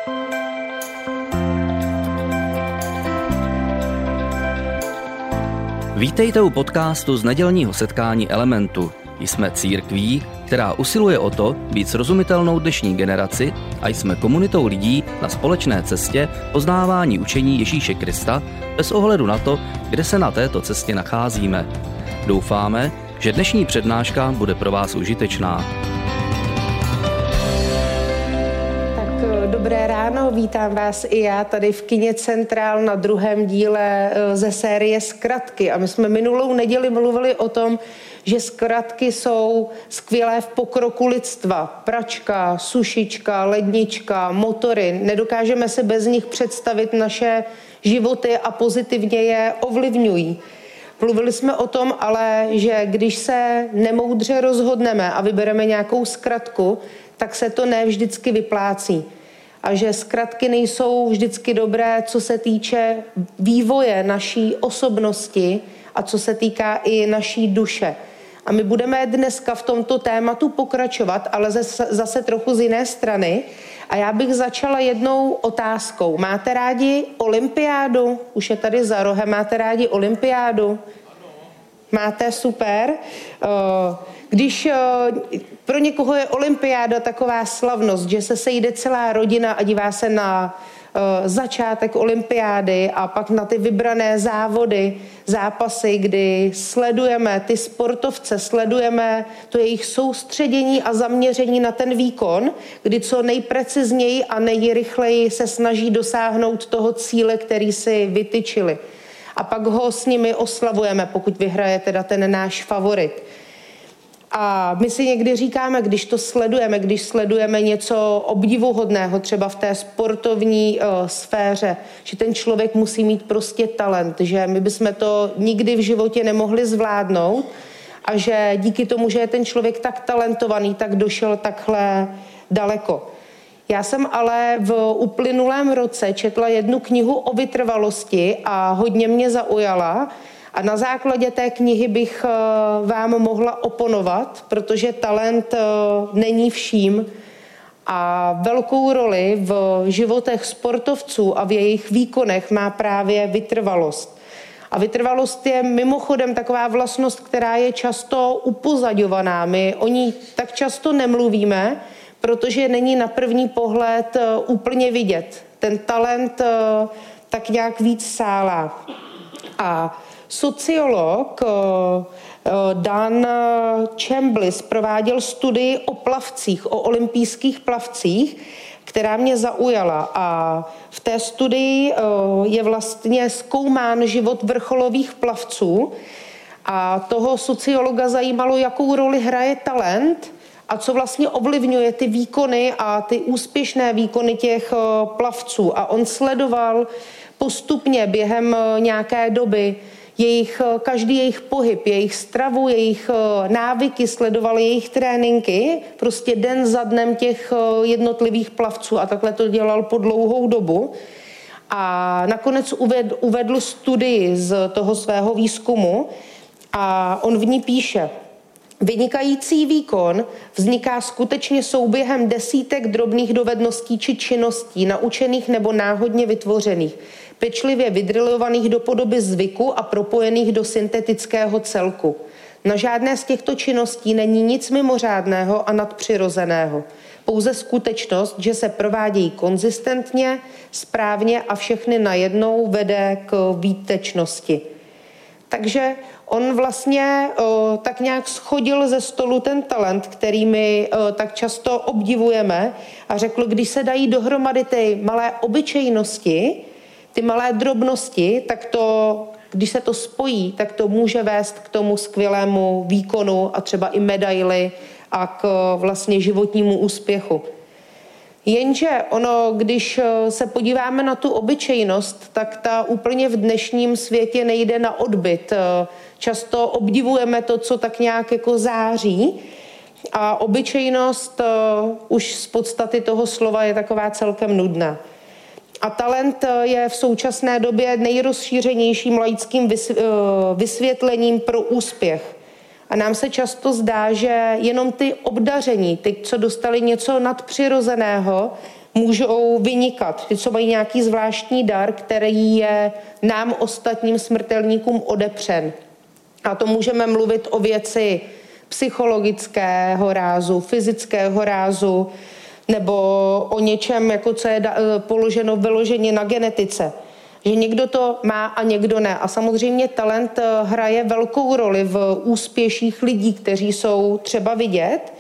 Vítejte u podcastu z nedělního setkání Elementu. Jsme církví, která usiluje o to být srozumitelnou dnešní generaci a jsme komunitou lidí na společné cestě poznávání učení Ježíše Krista bez ohledu na to, kde se na této cestě nacházíme. Doufáme, že dnešní přednáška bude pro vás užitečná. Dobré ráno, vítám vás i já tady v kině Centrál na druhém díle ze série Zkratky. A my jsme minulou neděli mluvili o tom, že zkratky jsou skvělé v pokroku lidstva. Pračka, sušička, lednička, motory. Nedokážeme si bez nich představit naše životy a pozitivně je ovlivňují. Mluvili jsme o tom ale, že když se nemoudře rozhodneme a vybereme nějakou zkratku, tak se to ne vždycky vyplácí. A že zkratky nejsou vždycky dobré, co se týče vývoje naší osobnosti a co se týká i naší duše. A my budeme dneska v tomto tématu pokračovat, ale zase trochu z jiné strany. A já bych začala jednou otázkou. Máte rádi olympiádu? Už je tady za rohem. Máte rádi olympiádu? Máte, super. Když pro někoho je olympiáda taková slavnost, že se sejde celá rodina a dívá se na začátek olympiády a pak na ty vybrané závody, zápasy, kdy sledujeme ty sportovce, sledujeme to jejich soustředění a zaměření na ten výkon, kdy co nejprecizněji a nejrychleji se snaží dosáhnout toho cíle, který si vytyčili. A pak ho s nimi oslavujeme, pokud vyhraje teda ten náš favorit. A my si někdy říkáme, když sledujeme něco obdivuhodného, třeba v té sportovní sféře, že ten člověk musí mít prostě talent, že my bychom to nikdy v životě nemohli zvládnout a že díky tomu, že je ten člověk tak talentovaný, tak došel takhle daleko. Já jsem ale v uplynulém roce četla jednu knihu o vytrvalosti a hodně mě zaujala. A na základě té knihy bych vám mohla oponovat, protože talent není vším a velkou roli v životech sportovců a v jejich výkonech má právě vytrvalost. A vytrvalost je mimochodem taková vlastnost, která je často upozaďovaná. My o ní tak často nemluvíme, protože není na první pohled úplně vidět. Ten talent tak nějak víc sálá. A sociolog Dan Chambliss prováděl studii o plavcích, o olympijských plavcích, která mě zaujala. A v té studii je vlastně zkoumán život vrcholových plavců a toho sociologa zajímalo, jakou roli hraje talent a co vlastně ovlivňuje ty výkony a ty úspěšné výkony těch plavců. A on sledoval postupně během nějaké doby každý jejich pohyb, jejich stravu, jejich návyky, sledoval jejich tréninky, prostě den za dnem těch jednotlivých plavců a takhle to dělal po dlouhou dobu. A nakonec uvedl studii z toho svého výzkumu a on v ní píše: vynikající výkon vzniká skutečně souběhem desítek drobných dovedností či činností, naučených nebo náhodně vytvořených, pečlivě vydrilovaných do podoby zvyku a propojených do syntetického celku. Na žádné z těchto činností není nic mimořádného a nadpřirozeného. Pouze skutečnost, že se provádějí konzistentně, správně a všechny najednou vede k výtečnosti. Takže on vlastně tak nějak shodil ze stolu ten talent, který my tak často obdivujeme a řekl, když se dají dohromady ty malé obyčejnosti, ty malé drobnosti, tak to, když se to spojí, tak to může vést k tomu skvělému výkonu a třeba i medaili a k vlastně životnímu úspěchu. Jenže ono, když se podíváme na tu obyčejnost, tak ta úplně v dnešním světě nejde na odbyt. Často obdivujeme to, co tak nějak jako září a obyčejnost už z podstaty toho slova je taková celkem nudná. A talent je v současné době nejrozšířenějším laickým vysvětlením pro úspěch. A nám se často zdá, že jenom ty obdaření, ty, co dostali něco nadpřirozeného, můžou vynikat. Ty, co mají nějaký zvláštní dar, který je nám ostatním smrtelníkům odepřen. A to můžeme mluvit o věci psychologického rázu, fyzického rázu, nebo o něčem, jako co je položeno vyloženě na genetice. Že někdo to má a někdo ne. A samozřejmě talent hraje velkou roli v úspěších lidí, kteří jsou třeba vidět.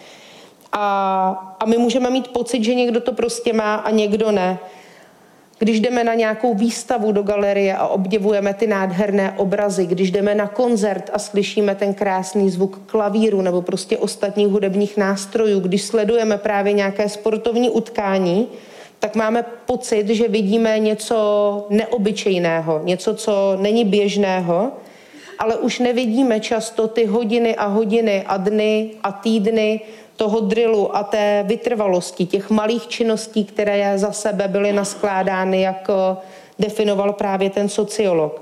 A my můžeme mít pocit, že někdo to prostě má a někdo ne. Když jdeme na nějakou výstavu do galerie a obdivujeme ty nádherné obrazy, když jdeme na koncert a slyšíme ten krásný zvuk klavíru nebo prostě ostatních hudebních nástrojů, když sledujeme právě nějaké sportovní utkání, tak máme pocit, že vidíme něco neobyčejného, něco, co není běžného, ale už nevidíme často ty hodiny a hodiny a dny a týdny toho drillu a té vytrvalosti, těch malých činností, které za sebe byly naskládány, jak definoval právě ten sociolog.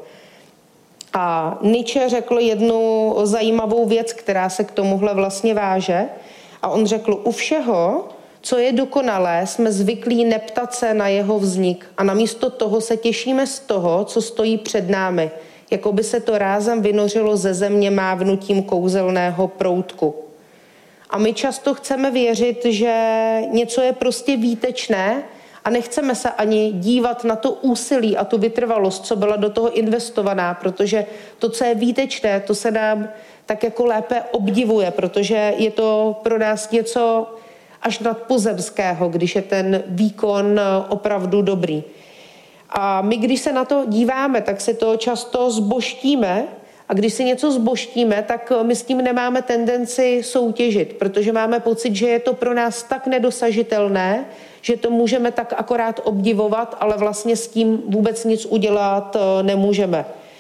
A Nietzsche řekl jednu zajímavou věc, která se k tomuhle vlastně váže. A on řekl, u všeho, co je dokonalé, jsme zvyklí neptat se na jeho vznik a namísto toho se těšíme z toho, co stojí před námi, jako by se to rázem vynořilo ze země mávnutím kouzelného proutku. A my často chceme věřit, že něco je prostě výtečné a nechceme se ani dívat na to úsilí a tu vytrvalost, co byla do toho investovaná, protože to, co je výtečné, to se nám tak jako lépe obdivuje, protože je to pro nás něco až nadpozemského, když je ten výkon opravdu dobrý. A my, když se na to díváme, tak si to často zbožtíme. A když si něco zbožtíme, tak my s tím nemáme tendenci soutěžit, protože máme pocit, že je to pro nás tak nedosažitelné, že to můžeme tak akorát obdivovat, ale vlastně s tím vůbec nic udělat nemůžeme.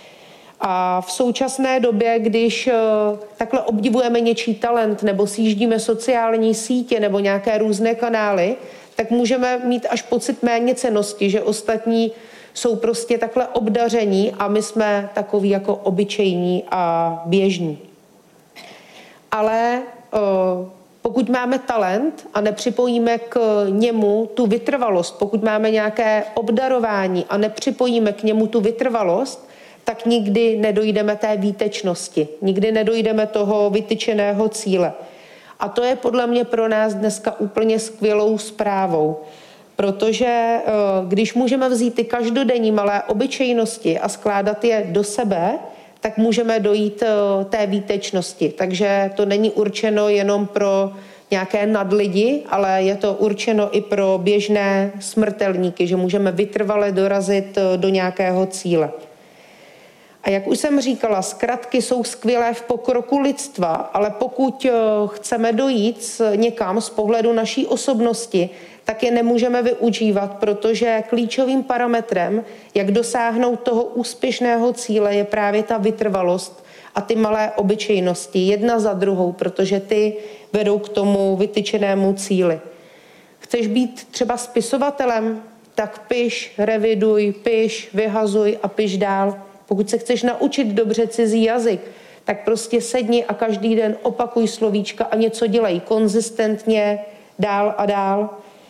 A v současné době, když takhle obdivujeme něčí talent nebo sjíždíme sociální sítě nebo nějaké různé kanály, tak můžeme mít až pocit méněcennosti, že ostatní jsou prostě takhle obdaření a my jsme takový jako obyčejní a běžní. Ale pokud máme talent a nepřipojíme k němu tu vytrvalost, pokud máme nějaké obdarování a nepřipojíme k němu tu vytrvalost, tak nikdy nedojdeme té výtečnosti, nikdy nedojdeme toho vytyčeného cíle. A to je podle mě pro nás dneska úplně skvělou zprávou. Protože když můžeme vzít ty každodenní malé obyčejnosti a skládat je do sebe, tak můžeme dojít té výtečnosti. Takže to není určeno jenom pro nějaké nadlidi, ale je to určeno i pro běžné smrtelníky, že můžeme vytrvale dorazit do nějakého cíle. A jak už jsem říkala, zkratky jsou skvělé v pokroku lidstva, ale pokud chceme dojít někam z pohledu naší osobnosti, tak je nemůžeme využívat, protože klíčovým parametrem, jak dosáhnout toho úspěšného cíle, je právě ta vytrvalost a ty malé obyčejnosti, jedna za druhou, protože ty vedou k tomu vytyčenému cíli. Chceš být třeba spisovatelem? Tak piš, reviduj, piš, vyhazuj a piš dál. Pokud se chceš naučit dobře cizí jazyk, tak prostě sedni a každý den opakuj slovíčka a něco dělej konzistentně dál a dál.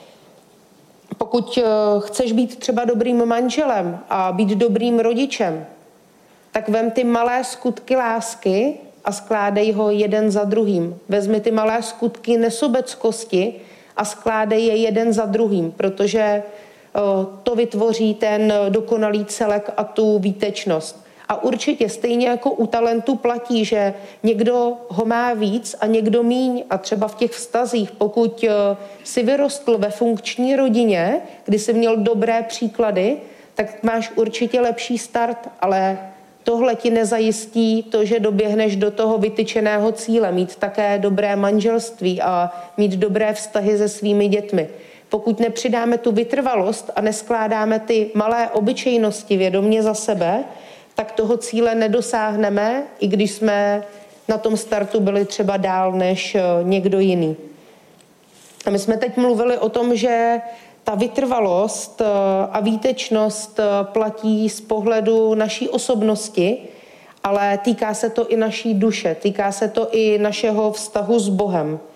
Pokud chceš být třeba dobrým manželem a být dobrým rodičem, tak vem ty malé skutky lásky a skládej ho jeden za druhým. Vezmi ty malé skutky nesobeckosti a skládej je jeden za druhým, protože to vytvoří ten dokonalý celek a tu výtečnost. A určitě stejně jako u talentu platí, že někdo ho má víc a někdo míň. A třeba v těch vztazích, pokud si vyrostl ve funkční rodině, kdy jsi měl dobré příklady, tak máš určitě lepší start, ale tohle ti nezajistí to, že doběhneš do toho vytyčeného cíle, mít také dobré manželství a mít dobré vztahy se svými dětmi. Pokud nepřidáme tu vytrvalost a neskládáme ty malé obyčejnosti vědomě za sebe, tak toho cíle nedosáhneme, i když jsme na tom startu byli třeba dál než někdo jiný. A my jsme teď mluvili o tom, že ta vytrvalost a výtečnost platí z pohledu naší osobnosti, ale týká se to i naší duše, týká se to i našeho vztahu s Bohem.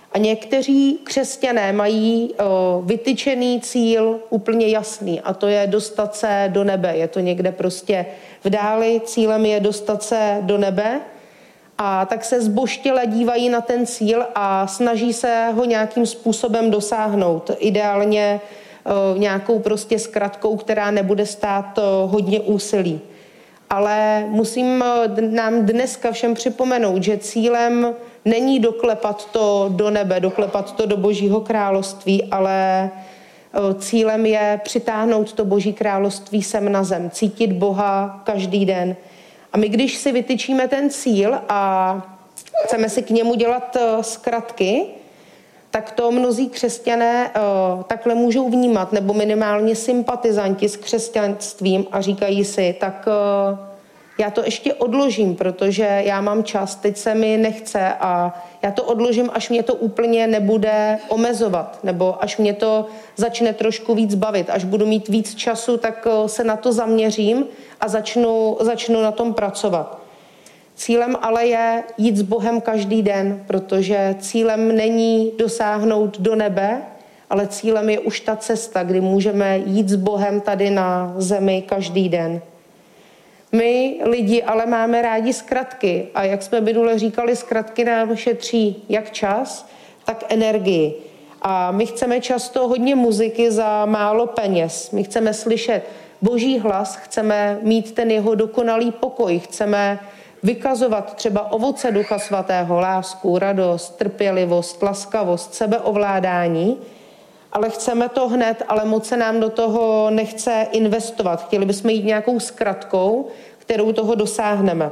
A někteří křesťané mají vytyčený cíl úplně jasný a to je dostat se do nebe. Je to někde prostě v dáli, cílem je dostat se do nebe a tak se zbožtěle dívají na ten cíl a snaží se ho nějakým způsobem dosáhnout. Ideálně nějakou prostě zkratkou, která nebude stát hodně úsilí. Ale musím nám dneska všem připomenout, že cílem není doklepat to do nebe, doklepat to do Božího království, ale cílem je přitáhnout to Boží království sem na zem, cítit Boha každý den. A my, když si vytyčíme ten cíl a chceme si k němu dělat zkratky, tak to mnozí křesťané takhle můžou vnímat, nebo minimálně sympatizanti s křesťanstvím a říkají si, tak já to ještě odložím, protože já mám čas, teď se mi nechce a já to odložím, až mě to úplně nebude omezovat, nebo až mě to začne trošku víc bavit, až budu mít víc času, tak se na to zaměřím a začnu na tom pracovat. Cílem ale je jít s Bohem každý den, protože cílem není dosáhnout do nebe, ale cílem je už ta cesta, kdy můžeme jít s Bohem tady na zemi každý den. My lidi ale máme rádi zkratky a jak jsme minule říkali, zkratky nám šetří jak čas, tak energii. A my chceme často hodně muziky za málo peněz. My chceme slyšet Boží hlas, chceme mít ten jeho dokonalý pokoj, chceme vykazovat třeba ovoce Ducha Svatého, lásku, radost, trpělivost, laskavost, sebeovládání, ale chceme to hned, ale moc se nám do toho nechce investovat. Chtěli bychom jít nějakou zkratkou, kterou toho dosáhneme.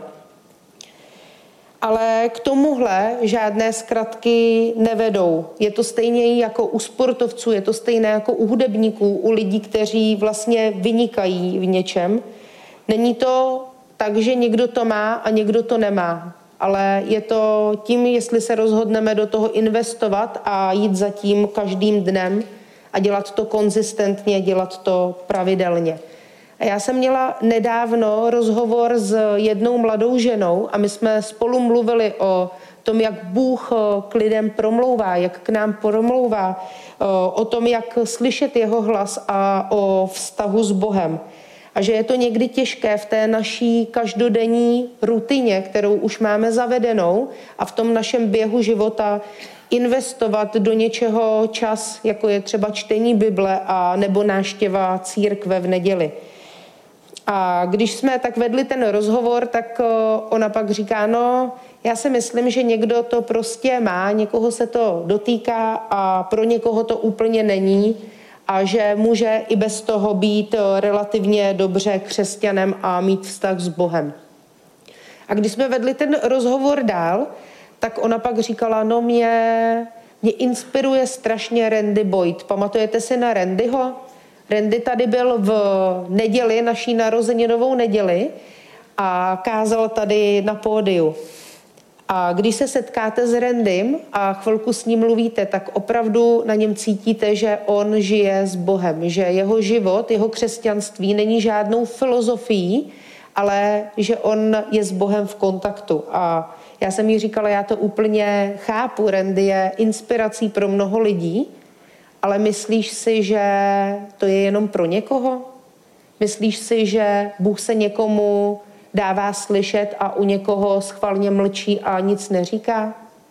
Ale k tomuhle žádné zkratky nevedou. Je to stejně jako u sportovců, je to stejné jako u hudebníků, u lidí, kteří vlastně vynikají v něčem. Není to tak, že někdo to má a někdo to nemá. Ale je to tím, jestli se rozhodneme do toho investovat a jít za tím každým dnem a dělat to konzistentně, dělat to pravidelně. A já jsem měla nedávno rozhovor s jednou mladou ženou a my jsme spolu mluvili o tom, jak Bůh k lidem promlouvá, jak k nám promlouvá, o tom, jak slyšet jeho hlas a o vztahu s Bohem. A že je to někdy těžké v té naší každodenní rutině, kterou už máme zavedenou a v tom našem běhu života investovat do něčeho čas, jako je třeba čtení Bible a nebo návštěva církve v neděli. A když jsme tak vedli ten rozhovor, tak ona pak říká, no já si myslím, že někdo to prostě má, někoho se to dotýká a pro někoho to úplně není a že může i bez toho být relativně dobře křesťanem a mít vztah s Bohem. A když jsme vedli ten rozhovor dál, tak ona pak říkala, no mě inspiruje strašně Randy Boyd. Pamatujete si na Randyho? Randy tady byl v neděli, naší narozeninovou neděli a kázal tady na pódiu. A když se setkáte s Randym a chvilku s ním mluvíte, tak opravdu na něm cítíte, že on žije s Bohem, že jeho život, jeho křesťanství není žádnou filozofií, ale že on je s Bohem v kontaktu. A já jsem jí říkala, já to úplně chápu, Randy je inspirací pro mnoho lidí, ale myslíš si, že to je jenom pro někoho? Myslíš si, že Bůh se někomu dává slyšet a u někoho schválně mlčí a nic neříká?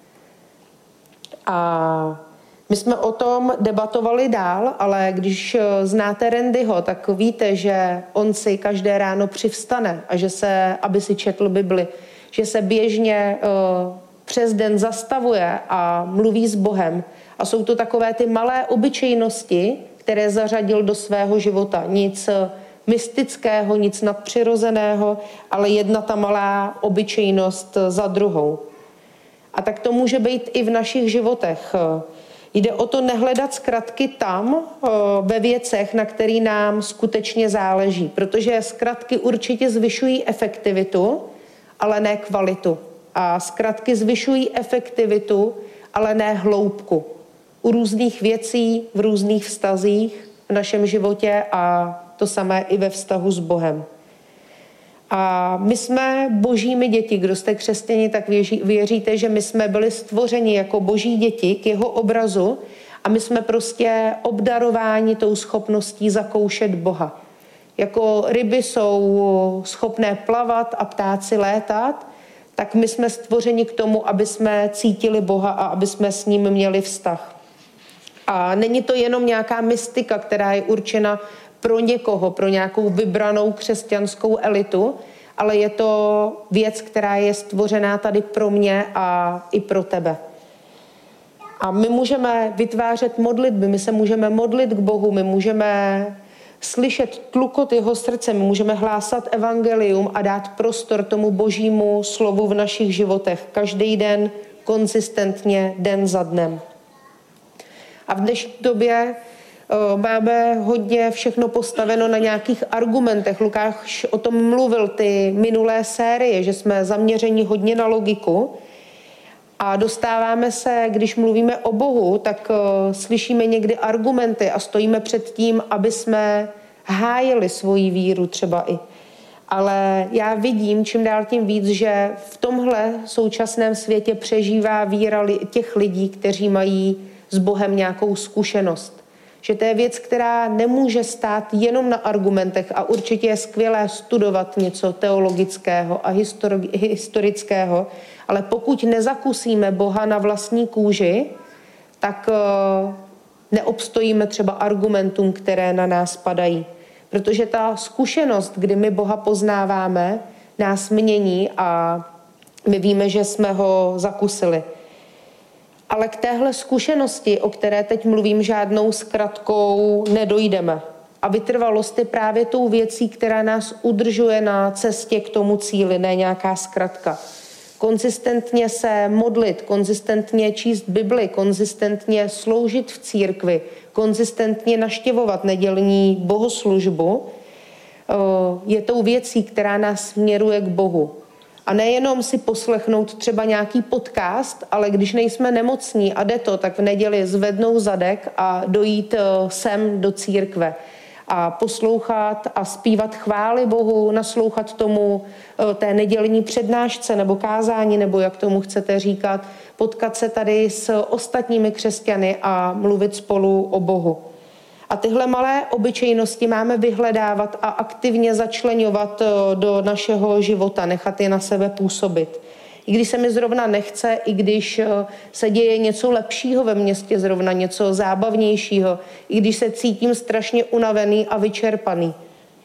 A my jsme o tom debatovali dál, ale když znáte Randyho, tak víte, že on si každé ráno přivstane a že se, aby si četl Bibli, že se běžně přes den zastavuje a mluví s Bohem. A jsou to takové ty malé obyčejnosti, které zařadil do svého života. Nic mystického, nic nadpřirozeného, ale jedna ta malá obyčejnost za druhou. A tak to může být i v našich životech. Jde o to nehledat zkratky tam, ve věcech, na který nám skutečně záleží, protože zkratky určitě zvyšují efektivitu, ale ne kvalitu. A zkratky zvyšují efektivitu, ale ne hloubku. U různých věcí, v různých vztazích v našem životě a to samé i ve vztahu s Bohem. A my jsme božími děti. Kdo jste křesťani, tak věříte, že my jsme byli stvořeni jako boží děti k jeho obrazu a my jsme prostě obdarováni tou schopností zakoušet Boha. Jako ryby jsou schopné plavat a ptáci létat, tak my jsme stvořeni k tomu, aby jsme cítili Boha a aby jsme s ním měli vztah. A není to jenom nějaká mystika, která je určena pro někoho, pro nějakou vybranou křesťanskou elitu, ale je to věc, která je stvořená tady pro mě a i pro tebe. A my můžeme vytvářet modlitby, my se můžeme modlit k Bohu, my můžeme slyšet tlukot jeho srdce, my můžeme hlásat evangelium a dát prostor tomu božímu slovu v našich životech každý den, konzistentně, den za dnem. A v dnešní době máme hodně všechno postaveno na nějakých argumentech. Lukáš o tom mluvil ty minulé série, že jsme zaměřeni hodně na logiku a dostáváme se, když mluvíme o Bohu, tak slyšíme někdy argumenty a stojíme před tím, aby jsme hájili svoji víru třeba i. Ale já vidím čím dál tím víc, že v tomhle současném světě přežívá víra těch lidí, kteří mají s Bohem nějakou zkušenost. Že to je věc, která nemůže stát jenom na argumentech a určitě je skvělé studovat něco teologického a historického, ale pokud nezakusíme Boha na vlastní kůži, tak neobstojíme třeba argumentům, které na nás padají. Protože ta zkušenost, kdy my Boha poznáváme, nás mění a my víme, že jsme ho zakusili. Ale k téhle zkušenosti, o které teď mluvím, žádnou zkratkou nedojdeme. A vytrvalost je právě tou věcí, která nás udržuje na cestě k tomu cíli, ne nějaká zkratka. Konzistentně se modlit, konzistentně číst Bibli, konzistentně sloužit v církvi, konzistentně navštěvovat nedělní bohoslužbu, je tou věcí, která nás směruje k Bohu. A nejenom si poslechnout třeba nějaký podcast, ale když nejsme nemocní a jde to, tak v neděli zvednout zadek a dojít sem do církve a poslouchat a zpívat chvály Bohu, naslouchat tomu té nedělní přednášce nebo kázání, nebo jak tomu chcete říkat, potkat se tady s ostatními křesťany a mluvit spolu o Bohu. A tyhle malé obyčejnosti máme vyhledávat a aktivně začleňovat do našeho života, nechat je na sebe působit. I když se mi zrovna nechce, i když se děje něco lepšího ve městě, zrovna něco zábavnějšího, i když se cítím strašně unavený a vyčerpaný.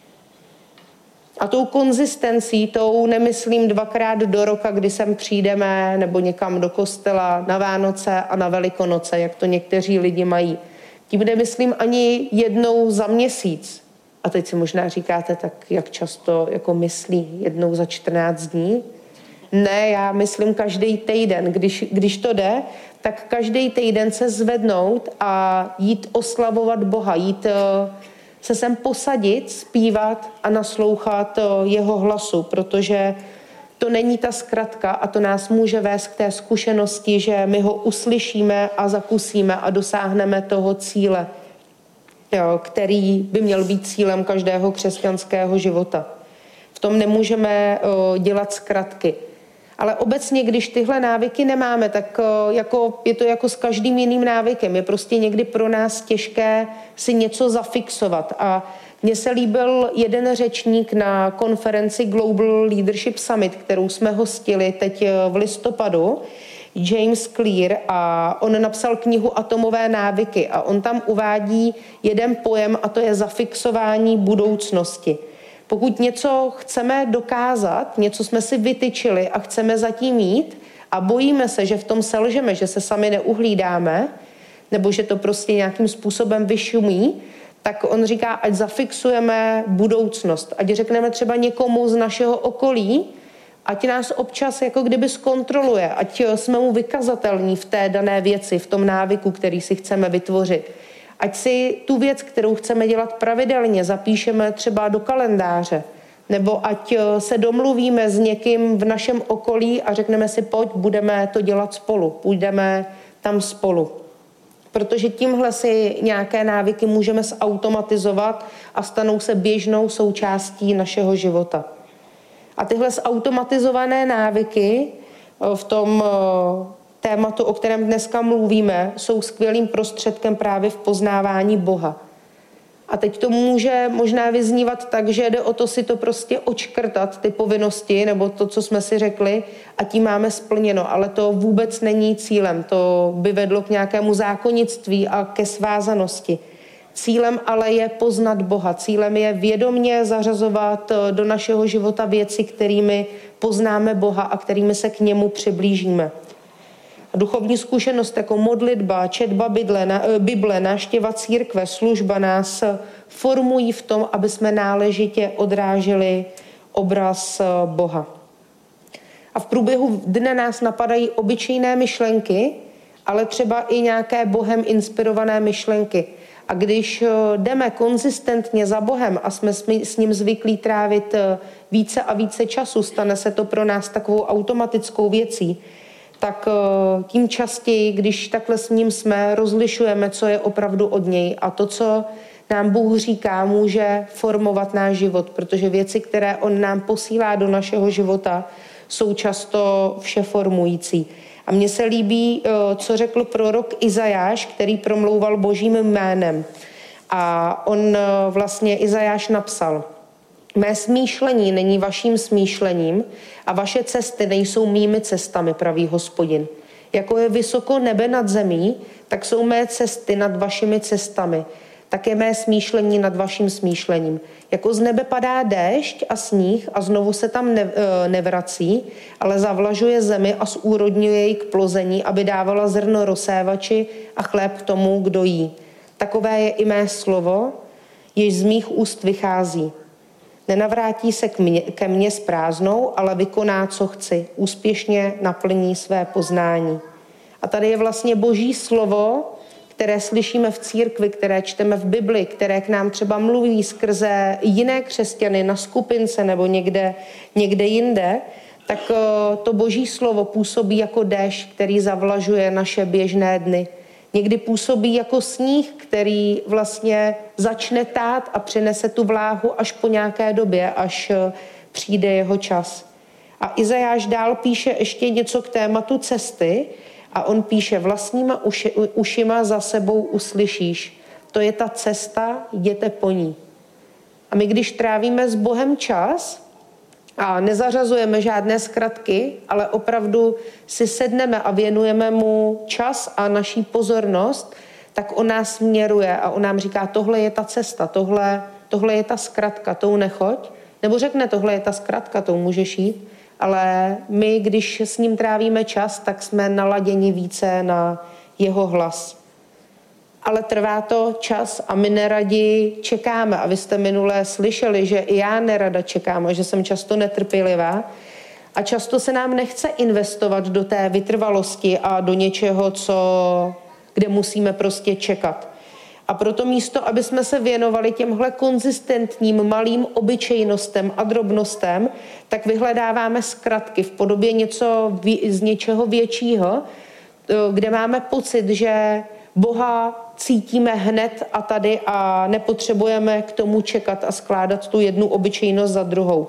A tou konzistencí, tou nemyslím 2krát do roka, kdy sem přijdeme nebo někam do kostela na Vánoce a na Velikonoce, jak to někteří lidi mají. Tím nemyslím ani jednou za měsíc. A teď si možná říkáte, tak jak často jako myslí, jednou za 14 dní? Ne, já myslím každý týden. Když to jde, tak každý týden se zvednout a jít oslavovat Boha, jít se sem posadit, zpívat a naslouchat jeho hlasu, protože to není ta zkratka a to nás může vést k té zkušenosti, že my ho uslyšíme a zakusíme a dosáhneme toho cíle, který by měl být cílem každého křesťanského života. V tom nemůžeme dělat zkratky. Ale obecně, když tyhle návyky nemáme, tak je to jako s každým jiným návykem. Je prostě někdy pro nás těžké si něco zafixovat. A mně se líbil jeden řečník na konferenci Global Leadership Summit, kterou jsme hostili teď v listopadu, James Clear, a on napsal knihu Atomové návyky a on tam uvádí jeden pojem a to je zafixování budoucnosti. Pokud něco chceme dokázat, něco jsme si vytyčili a chceme zatím jít a bojíme se, že v tom selžeme, že se sami neuhlídáme, nebo že to prostě nějakým způsobem vyšumí, tak on říká, ať zafixujeme budoucnost, ať řekneme třeba někomu z našeho okolí, ať nás občas jako kdyby zkontroluje, ať jsme mu vykazatelní v té dané věci, v tom návyku, který si chceme vytvořit. Ať si tu věc, kterou chceme dělat pravidelně, zapíšeme třeba do kalendáře, nebo ať se domluvíme s někým v našem okolí a řekneme si, pojď, budeme to dělat spolu, půjdeme tam spolu. Protože tímhle si nějaké návyky můžeme zautomatizovat a stanou se běžnou součástí našeho života. A tyhle zautomatizované návyky v tom tématu, o kterém dneska mluvíme, jsou skvělým prostředkem právě v poznávání Boha. A teď to může možná vyznívat tak, že jde o to si to prostě odškrtat, ty povinnosti, nebo to, co jsme si řekli, a tím máme splněno. Ale to vůbec není cílem. To by vedlo k nějakému zákonnictví a ke svázanosti. Cílem ale je poznat Boha. Cílem je vědomě zařazovat do našeho života věci, kterými poznáme Boha a kterými se k němu přiblížíme. A duchovní zkušenost jako modlitba, četba Bible, návštěva církve, služba nás formují v tom, aby jsme náležitě odráželi obraz Boha. A v průběhu dne nás napadají obyčejné myšlenky, ale třeba i nějaké Bohem inspirované myšlenky. A když jdeme konzistentně za Bohem a jsme s ním zvyklí trávit více a více času, stane se to pro nás takovou automatickou věcí, tak tím častěji, když takhle s ním jsme, rozlišujeme, co je opravdu od něj. A to, co nám Bůh říká, může formovat náš život, protože věci, které on nám posílá do našeho života, jsou často všeformující. A mně se líbí, co řekl prorok Izajáš, který promlouval Božím jménem. A on vlastně Izajáš napsal: Mé smýšlení není vaším smýšlením a vaše cesty nejsou mými cestami, praví Hospodin. Jako je vysoko nebe nad zemí, tak jsou mé cesty nad vašimi cestami. Tak je mé smýšlení nad vaším smýšlením. Jako z nebe padá déšť a sníh a znovu se tam nevrací, ale zavlažuje zemi a zúrodňuje ji k plození, aby dávala zrno rozsévači a chléb tomu, kdo jí. Takové je i mé slovo, jež z mých úst vychází. Nenavrátí se ke mně s prázdnou, ale vykoná, co chci. Úspěšně naplní své poznání. A tady je vlastně Boží slovo, které slyšíme v církvi, které čteme v Bibli, které k nám třeba mluví skrze jiné křesťany na skupince nebo někde jinde, tak to Boží slovo působí jako déšť, který zavlažuje naše běžné dny. Někdy působí jako sníh, který vlastně začne tát a přinese tu vláhu až po nějaké době, až přijde jeho čas. A Izajáš dál píše ještě něco k tématu cesty a on píše: vlastníma ušima za sebou uslyšíš. To je ta cesta, jděte po ní. A my, když trávíme s Bohem čas a nezařazujeme žádné zkratky, ale opravdu si sedneme a věnujeme mu čas a naší pozornost, tak on nás směruje a on nám říká: tohle je ta cesta, tohle je ta zkratka, tou nechoď. Nebo řekne: tohle je ta zkratka, tou můžeš jít. Ale my, když s ním trávíme čas, tak jsme naladěni více na jeho hlas. Ale trvá to čas a my neradi čekáme. A vy jste minule slyšeli, že i já nerada čekám a že jsem často netrpělivá. A často se nám nechce investovat do té vytrvalosti a do něčeho, kde musíme prostě čekat. A proto místo, aby jsme se věnovali těmhle konzistentním malým obyčejnostem a drobnostem, tak vyhledáváme zkratky v podobě z něčeho většího, kde máme pocit, že Boha cítíme hned a tady a nepotřebujeme k tomu čekat a skládat tu jednu obyčejnost za druhou.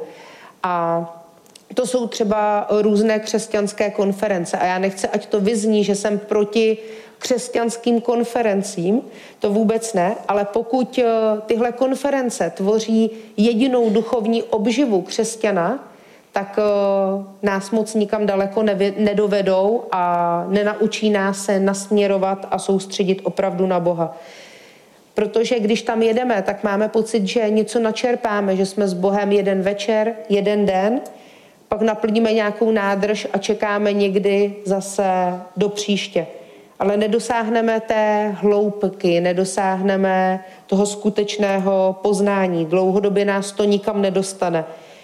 A to jsou třeba různé křesťanské konference. A já nechci, ať to vyzní, že jsem proti křesťanským konferencím, to vůbec ne, ale pokud tyhle konference tvoří jedinou duchovní obživu křesťana, tak nás moc nikam daleko nedovedou a nenaučí nás se nasměrovat a soustředit opravdu na Boha. Protože když tam jedeme, tak máme pocit, že něco načerpáme, že jsme s Bohem jeden večer, jeden den, pak naplníme nějakou nádrž a čekáme někdy zase do příště. Ale nedosáhneme té hloubky, nedosáhneme toho skutečného poznání. Dlouhodobě nás to nikam nedostane.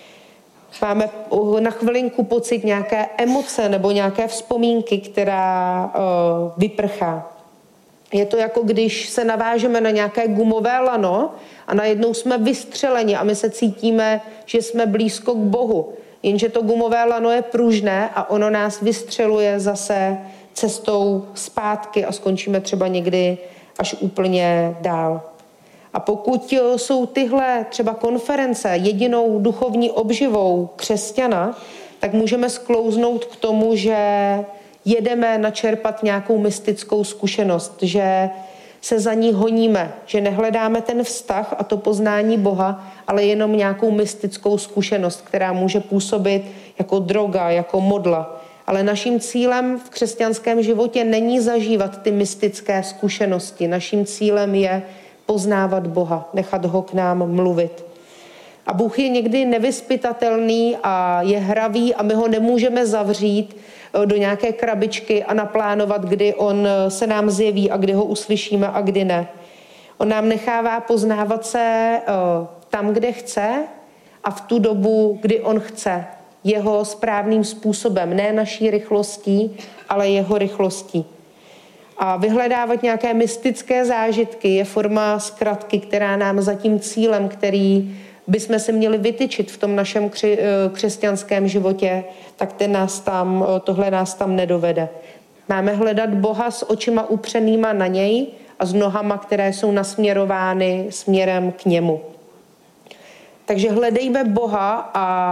Máme na chvilinku pocit nějaké emoce nebo nějaké vzpomínky, která vyprchá. Je to jako když se navážeme na nějaké gumové lano a najednou jsme vystřeleni a my se cítíme, že jsme blízko k Bohu. Jenže to gumové lano je pružné a ono nás vystřeluje zase cestou zpátky a skončíme třeba někdy až úplně dál. A pokud jsou tyhle třeba konference jedinou duchovní obživou křesťana, tak můžeme sklouznout k tomu, že jedeme načerpat nějakou mystickou zkušenost, že se za ní honíme, že nehledáme ten vztah a to poznání Boha, ale jenom nějakou mystickou zkušenost, která může působit jako droga, jako modla. Ale naším cílem v křesťanském životě není zažívat ty mystické zkušenosti. Naším cílem je poznávat Boha, nechat ho k nám mluvit. A Bůh je někdy nevyzpytatelný a je hravý a my ho nemůžeme zavřít do nějaké krabičky a naplánovat, kdy on se nám zjeví a kdy ho uslyšíme a kdy ne. On nám nechává poznávat se tam, kde chce a v tu dobu, kdy on chce. Jeho správným způsobem, ne naší rychlostí, ale jeho rychlostí. A vyhledávat nějaké mystické zážitky je forma zkratky, která nám za tím cílem, který bychom si měli vytyčit v tom našem křesťanském životě, tak tohle nás tam nedovede. Máme hledat Boha s očima upřenýma na něj a s nohama, které jsou nasměrovány směrem k němu. Takže hledejme Boha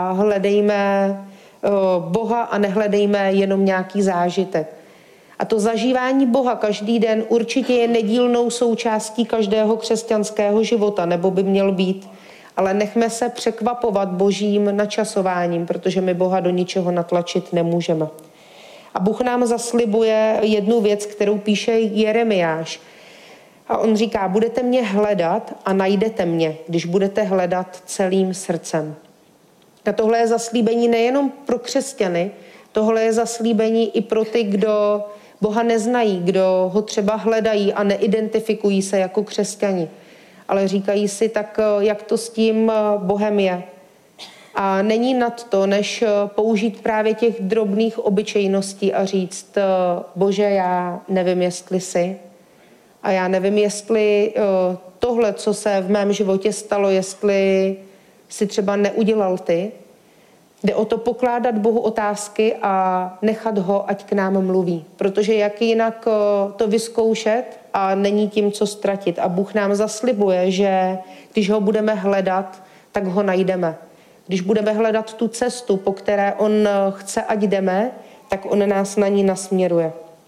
a nehledejme jenom nějaký zážitek. A to zažívání Boha každý den určitě je nedílnou součástí každého křesťanského života, nebo by měl být. Ale nechme se překvapovat Božím načasováním, protože my Boha do ničeho natlačit nemůžeme. A Bůh nám zaslibuje jednu věc, kterou píše Jeremiáš. A on říká, budete mě hledat a najdete mě, když budete hledat celým srdcem. A tohle je zaslíbení nejenom pro křesťany, tohle je zaslíbení i pro ty, kdo Boha neznají, kdo ho třeba hledají a neidentifikují se jako křesťani. Ale říkají si, tak jak to s tím Bohem je. A není nad to, než použít právě těch drobných obyčejností a říct, Bože, já nevím, jestli jsi. A já nevím, jestli tohle, co se v mém životě stalo, jestli si třeba neudělal ty. Jde o to pokládat Bohu otázky a nechat ho, ať k nám mluví. Protože jak jinak to vyzkoušet a není tím, co ztratit. A Bůh nám zaslibuje, že když ho budeme hledat, tak ho najdeme. Když budeme hledat tu cestu, po které on chce, ať jdeme, tak on nás na ní nasměruje.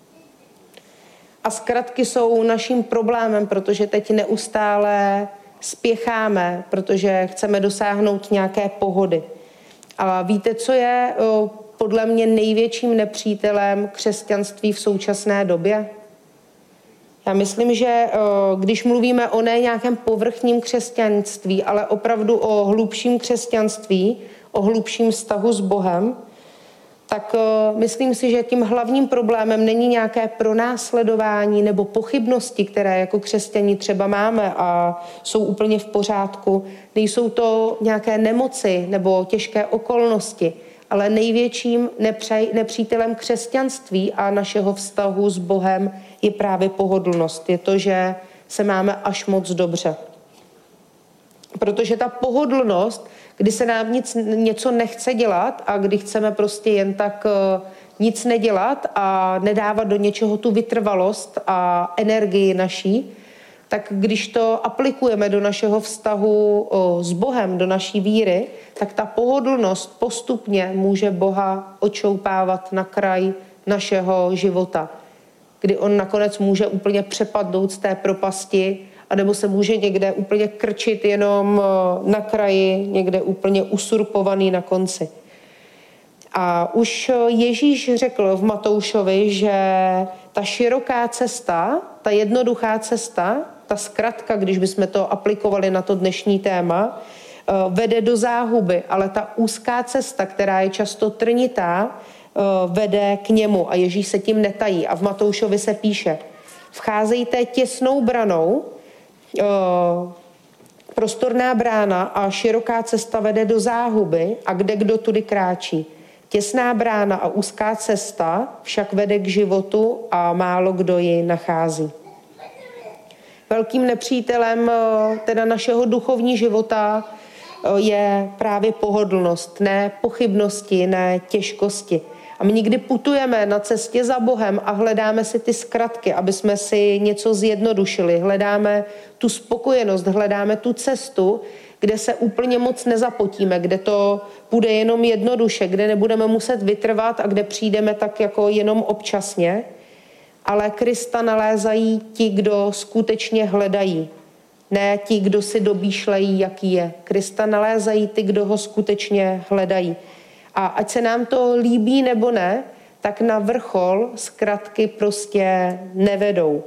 A zkratky jsou naším problémem, protože teď neustále spěcháme, protože chceme dosáhnout nějaké pohody. A víte, co je podle mě největším nepřítelem křesťanství v současné době? Já myslím, že když mluvíme o ne nějakém povrchním křesťanství, ale opravdu o hlubším křesťanství, o hlubším vztahu s Bohem, tak myslím si, že tím hlavním problémem není nějaké pronásledování nebo pochybnosti, které jako křesťaní třeba máme a jsou úplně v pořádku. Nejsou to nějaké nemoci nebo těžké okolnosti, ale největším nepřítelem křesťanství a našeho vztahu s Bohem je právě pohodlnost. Je to, že se máme až moc dobře. Protože ta pohodlnost, kdy se nám něco nechce dělat a kdy chceme prostě jen tak nic nedělat a nedávat do něčeho tu vytrvalost a energii naší, tak když to aplikujeme do našeho vztahu s Bohem, do naší víry, tak ta pohodlnost postupně může Boha očoupávat na kraj našeho života, kdy on nakonec může úplně přepadnout z té propasti, anebo se může někde úplně krčit jenom na kraji, někde úplně usurpovaný na konci. A už Ježíš řekl v Matoušovi, že ta široká cesta, ta jednoduchá cesta, ta zkratka, když bychom to aplikovali na to dnešní téma, vede do záhuby, ale ta úzká cesta, která je často trnitá, vede k němu a Ježíš se tím netají. A v Matoušovi se píše, vcházejte těsnou branou, prostorná brána a široká cesta vede do záhuby a kde kdo tudy kráčí. Těsná brána a úzká cesta však vede k životu a málo kdo ji nachází. Velkým nepřítelem teda našeho duchovní života je právě pohodlnost, ne pochybnosti, ne těžkosti. A my někdy putujeme na cestě za Bohem a hledáme si ty zkratky, aby jsme si něco zjednodušili. Hledáme tu spokojenost, hledáme tu cestu, kde se úplně moc nezapotíme, kde to bude jenom jednoduše, kde nebudeme muset vytrvat a kde přijdeme tak jako jenom občasně. Ale Krista nalézají ti, kdo skutečně hledají. Ne ti, kdo si domýšlejí, jaký je. Krista nalézají ty, kdo ho skutečně hledají. A ať se nám to líbí nebo ne, tak na vrchol zkratky prostě nevedou.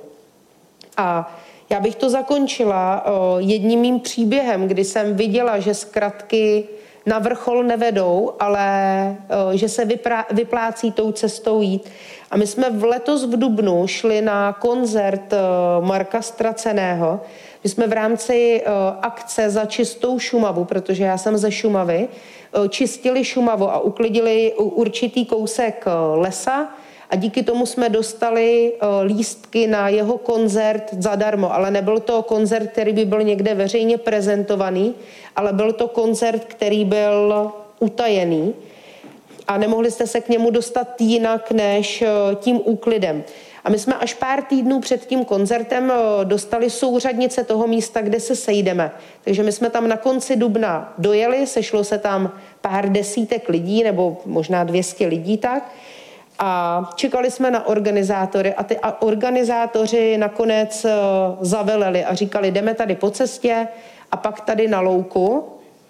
A já bych to zakončila jedním mým příběhem, kdy jsem viděla, že zkratky na vrchol nevedou, ale že se vyplácí tou cestou jít. A my jsme letos v dubnu šli na koncert Marka Ztraceného. My jsme v rámci akce za čistou Šumavu, protože já jsem ze Šumavy, čistili Šumavu a uklidili určitý kousek lesa a díky tomu jsme dostali lístky na jeho koncert zadarmo, ale nebyl to koncert, který by byl někde veřejně prezentovaný, ale byl to koncert, který byl utajený a nemohli jste se k němu dostat jinak než tím úklidem. A my jsme až pár týdnů před tím koncertem dostali souřadnice toho místa, kde se sejdeme. Takže my jsme tam na konci dubna dojeli, sešlo se tam pár desítek lidí, nebo možná 200 lidí tak. A čekali jsme na organizátory a ty organizátoři nakonec zaveleli a říkali, jdeme tady po cestě a pak tady na louku.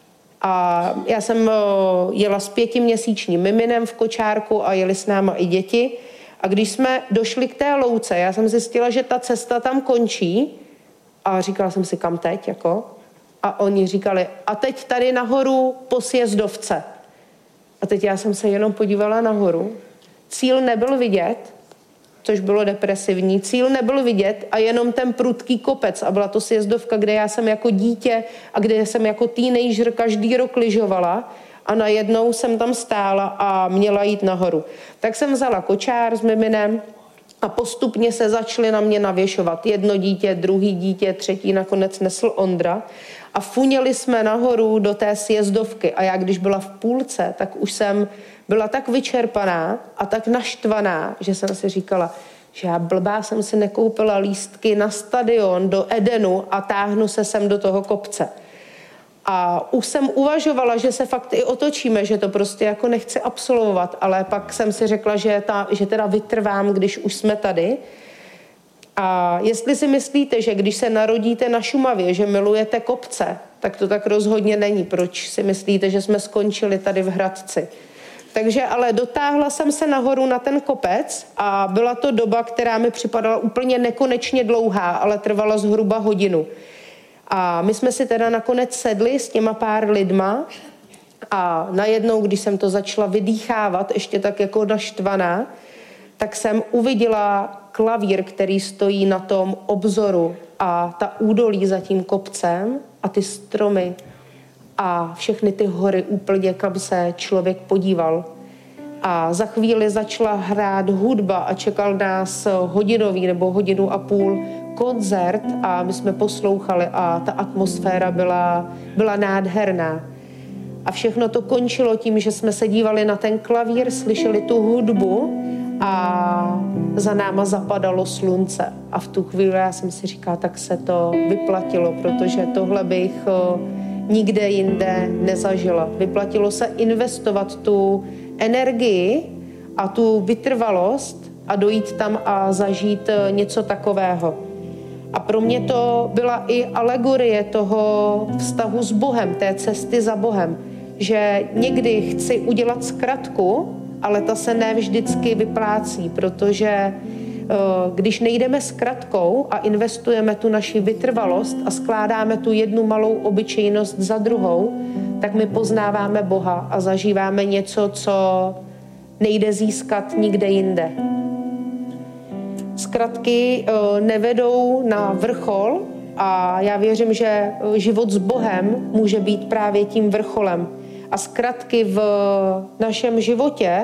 A já jsem jela s 5měsíčním miminem v kočárku a jeli s náma i děti. A když jsme došli k té louce, já jsem zjistila, že ta cesta tam končí a říkala jsem si, kam teď, jako? A oni říkali, a teď tady nahoru po sjezdovce. A teď já jsem se jenom podívala nahoru. Cíl nebyl vidět, což bylo depresivní. Cíl nebyl vidět a jenom ten prudký kopec. A byla to sjezdovka, kde já jsem jako dítě a kde jsem jako teenager každý rok lyžovala. A najednou jsem tam stála a měla jít nahoru. Tak jsem vzala kočár s miminem a postupně se začaly na mě navěšovat. Jedno dítě, druhý dítě, třetí nakonec nesl Ondra. A funěli jsme nahoru do té sjezdovky. A já, když byla v půlce, tak už jsem byla tak vyčerpaná a tak naštvaná, že jsem si říkala, že já blbá jsem si nekoupila lístky na stadion do Edenu a táhnu se sem do toho kopce. A už jsem uvažovala, že se fakt i otočíme, že to prostě jako nechci absolvovat, ale pak jsem si řekla, že teda vytrvám, když už jsme tady. A jestli si myslíte, že když se narodíte na Šumavě, že milujete kopce, tak to tak rozhodně není. Proč si myslíte, že jsme skončili tady v Hradci? Takže ale dotáhla jsem se nahoru na ten kopec a byla to doba, která mi připadala úplně nekonečně dlouhá, ale trvala zhruba hodinu. A my jsme si teda nakonec sedli s těma pár lidma a najednou, když jsem to začala vydýchávat, ještě tak jako naštvaná, tak jsem uviděla klavír, který stojí na tom obzoru a ta údolí za tím kopcem a ty stromy a všechny ty hory úplně, kam se člověk podíval. A za chvíli začala hrát hudba a čekal nás hodinový nebo hodinu a půl koncert a my jsme poslouchali a ta atmosféra byla nádherná. A všechno to končilo tím, že jsme se dívali na ten klavír, slyšeli tu hudbu a za náma zapadalo slunce. A v tu chvíli já jsem si říkala, tak se to vyplatilo, protože tohle bych nikde jinde nezažila. Vyplatilo se investovat tu energii a tu vytrvalost a dojít tam a zažít něco takového. A pro mě to byla i alegorie toho vztahu s Bohem, té cesty za Bohem, že někdy chci udělat zkratku, ale ta se ne vždycky vyplácí, protože když nejdeme zkratkou a investujeme tu naši vytrvalost a skládáme tu jednu malou obyčejnost za druhou, tak my poznáváme Boha a zažíváme něco, co nejde získat nikde jinde. Zkratky nevedou na vrchol a já věřím, že život s Bohem může být právě tím vrcholem. A zkratky v našem životě,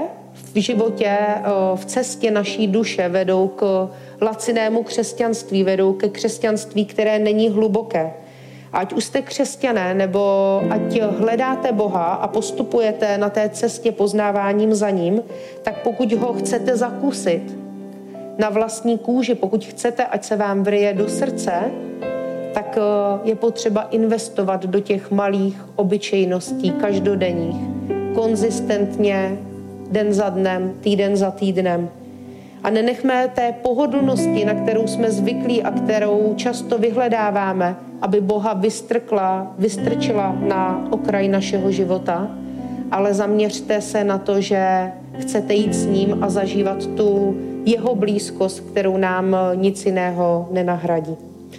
v cestě naší duše vedou k lacinému křesťanství, vedou ke křesťanství, které není hluboké. Ať už jste křesťané, nebo ať hledáte Boha a postupujete na té cestě poznáváním za ním, tak pokud ho chcete zakusit na vlastní kůži, pokud chcete, ať se vám vryje do srdce, tak je potřeba investovat do těch malých obyčejností, každodenních, konzistentně, den za dnem, týden za týdnem. A nenechme té pohodlnosti, na kterou jsme zvyklí a kterou často vyhledáváme, aby Boha vystrčila na okraj našeho života, ale zaměřte se na to, že chcete jít s ním a zažívat tu jeho blízkost, kterou nám nic jiného nenahradí.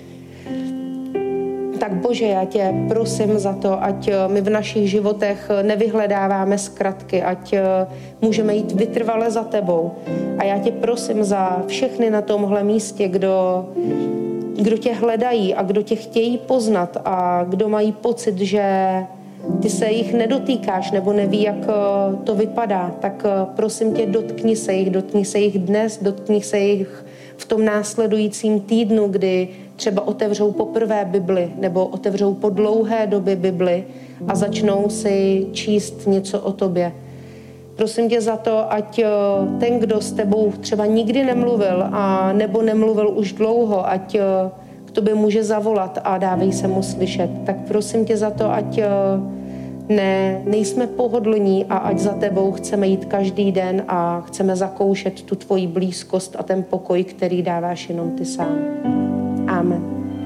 Tak Bože, já tě prosím za to, ať my v našich životech nevyhledáváme zkratky, ať můžeme jít vytrvale za tebou. A já tě prosím za všechny na tomhle místě, kdo tě hledají a kdo tě chtějí poznat a kdo mají pocit, že ty se jich nedotýkáš nebo neví, jak to vypadá, tak prosím tě, dotkni se jich dnes, dotkni se jich v tom následujícím týdnu, kdy třeba otevřou poprvé Bibli nebo otevřou po dlouhé době Bibli a začnou si číst něco o tobě. Prosím tě za to, ať ten, kdo s tebou třeba nikdy nemluvil a nebo nemluvil už dlouho, ať k tobě může zavolat a dávej se mu slyšet. Tak prosím tě za to, ať nejsme pohodlní a ať za tebou chceme jít každý den a chceme zakoušet tu tvoji blízkost a ten pokoj, který dáváš jenom ty sám. Amen.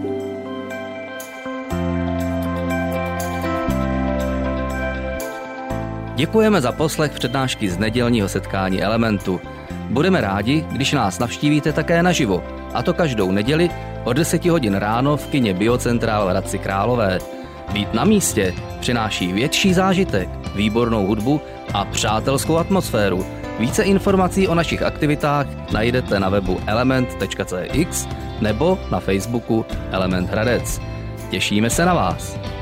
Děkujeme za poslech přednášky z nedělního setkání Elementu. Budeme rádi, když nás navštívíte také naživo, a to každou neděli od 10 hodin ráno v kině Biocentrál v Hradci Králové. Být na místě přináší větší zážitek, výbornou hudbu a přátelskou atmosféru. Více informací o našich aktivitách najdete na webu element.cx nebo na Facebooku Element Hradec. Těšíme se na vás.